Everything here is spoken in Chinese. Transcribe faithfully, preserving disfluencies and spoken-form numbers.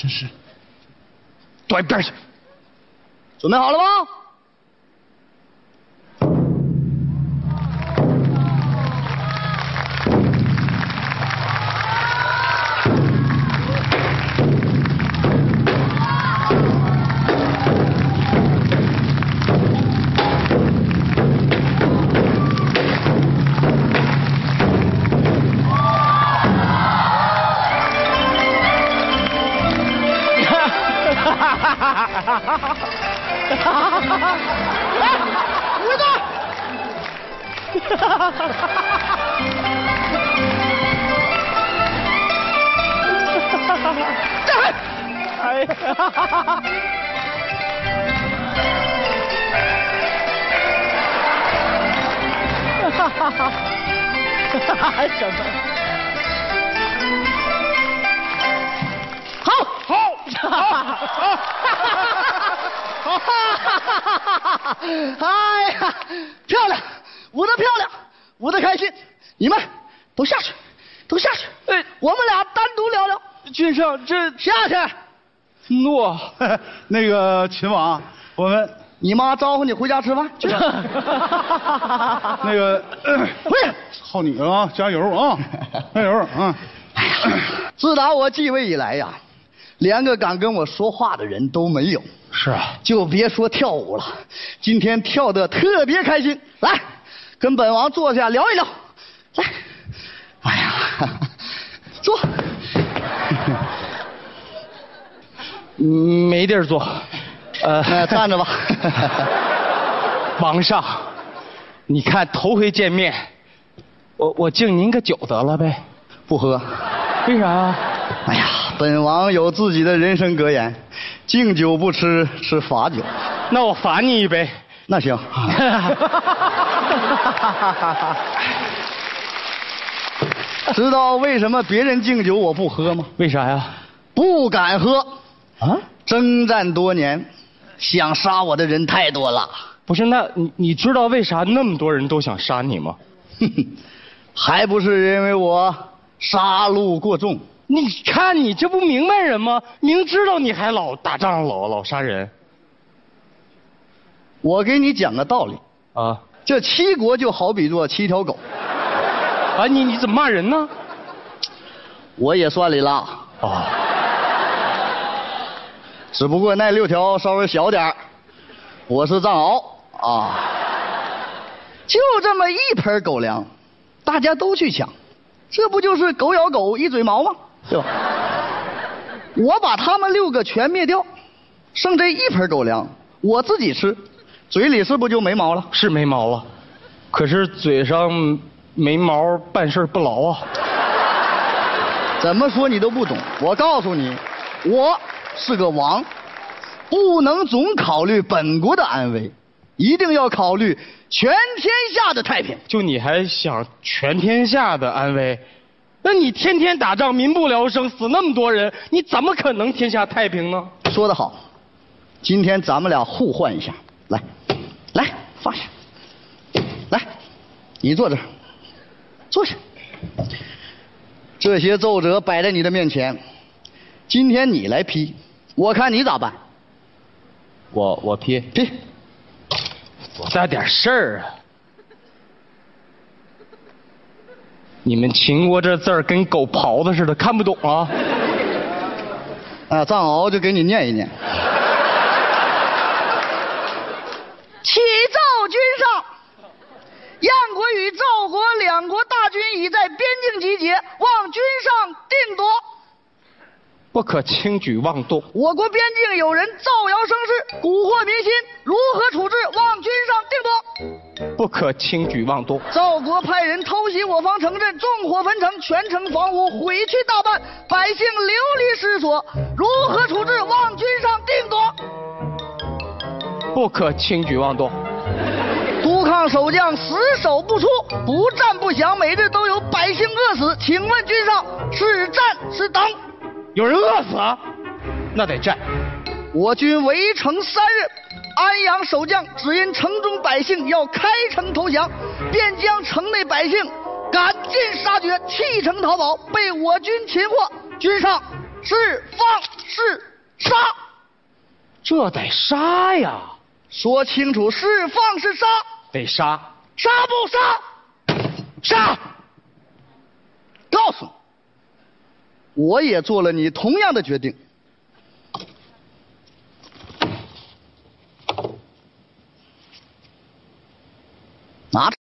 真是，躲一边去。 准备好了吗？ 吴总， 哎呀！什么？ 好， 好， 好，哎呀，漂亮，舞得漂亮，舞得开心，你们都下去，都下去， 哎， 我们俩单独聊聊。 君上，这下去。 诺。 那个秦王，我们你妈招呼你回家吃饭去。 那个， 回去。 操你啊！加油啊！加油啊！ 哎呀，自打我继位以来呀，连个敢跟我说话的人都没有。 是啊， 就别说跳舞了，今天跳得特别开心。来，跟本王坐下聊一聊。来，哎呀，坐。 没地儿坐，呃， 呃，站着吧。 皇上，你看头回见面，我我敬您个酒得了呗。 不喝。 为啥啊？ 哎呀，本王有自己的人生格言，敬酒不吃吃罚酒。 那我罚你一杯。 那行。知道为什么别人敬酒我不喝吗？ 为啥呀？ 不敢喝。 啊？ 征战多年，想杀我的人太多了。 不是，那你你知道为啥那么多人都想杀你吗？ 哼哼，还不是因为我杀戮过重。 你看你这不明白人吗？明知道你还老打仗老老杀人。 我给你讲个道理啊， 这七国就好比做七条狗。 啊，你你怎么骂人呢？ 我也算里了。 哦。 只不过那六条稍微小点儿，我是藏獒啊。就这么一盆狗粮，大家都去抢，这不就是狗咬狗一嘴毛吗？对吧？我把他们六个全灭掉，剩这一盆狗粮，我自己吃，嘴里是不是就没毛了？ 是没毛了，可是嘴上没毛，办事不牢啊。 怎么说你都不懂？我告诉你，我是个王，不能总考虑本国的安危，一定要考虑全天下的太平。 就你还想全天下的安危？那你天天打仗，民不聊生，死那么多人，你怎么可能天下太平呢？ 说得好，今天咱们俩互换一下，来，来放下，来，你坐这儿，坐下。这些奏折摆在你的面前，今天你来批，我看你咋办？ 我我批批， 多大点事儿啊！你们秦国这字儿跟狗刨子似的，看不懂啊！ 啊，藏獒就给你念一念。启奏君上，燕国与赵国两国大军已在边境集结，望君上定夺。 不可轻举妄动。 我国边境有人造谣生事，蛊惑民心，如何处置？望君上定夺。 不可轻举妄动。 赵国派人偷袭我方城镇，纵火焚城，全城房屋毁去大半，百姓流离失所，如何处置？望君上定夺。 不可轻举妄动。 督抗守将死守不出，不战不降，每日都有百姓饿死，请问君上是战是等？ 有人饿死，那得战。 我军围城三日，安阳守将只因城中百姓要开城投降，便将城内百姓赶尽杀绝，弃城逃跑，被我军擒获。君上是放是这得杀呀！ 说清楚，是放是杀？ 得杀， 杀不杀？ 杀！ 告诉你，我也做了你同样的决定。拿着。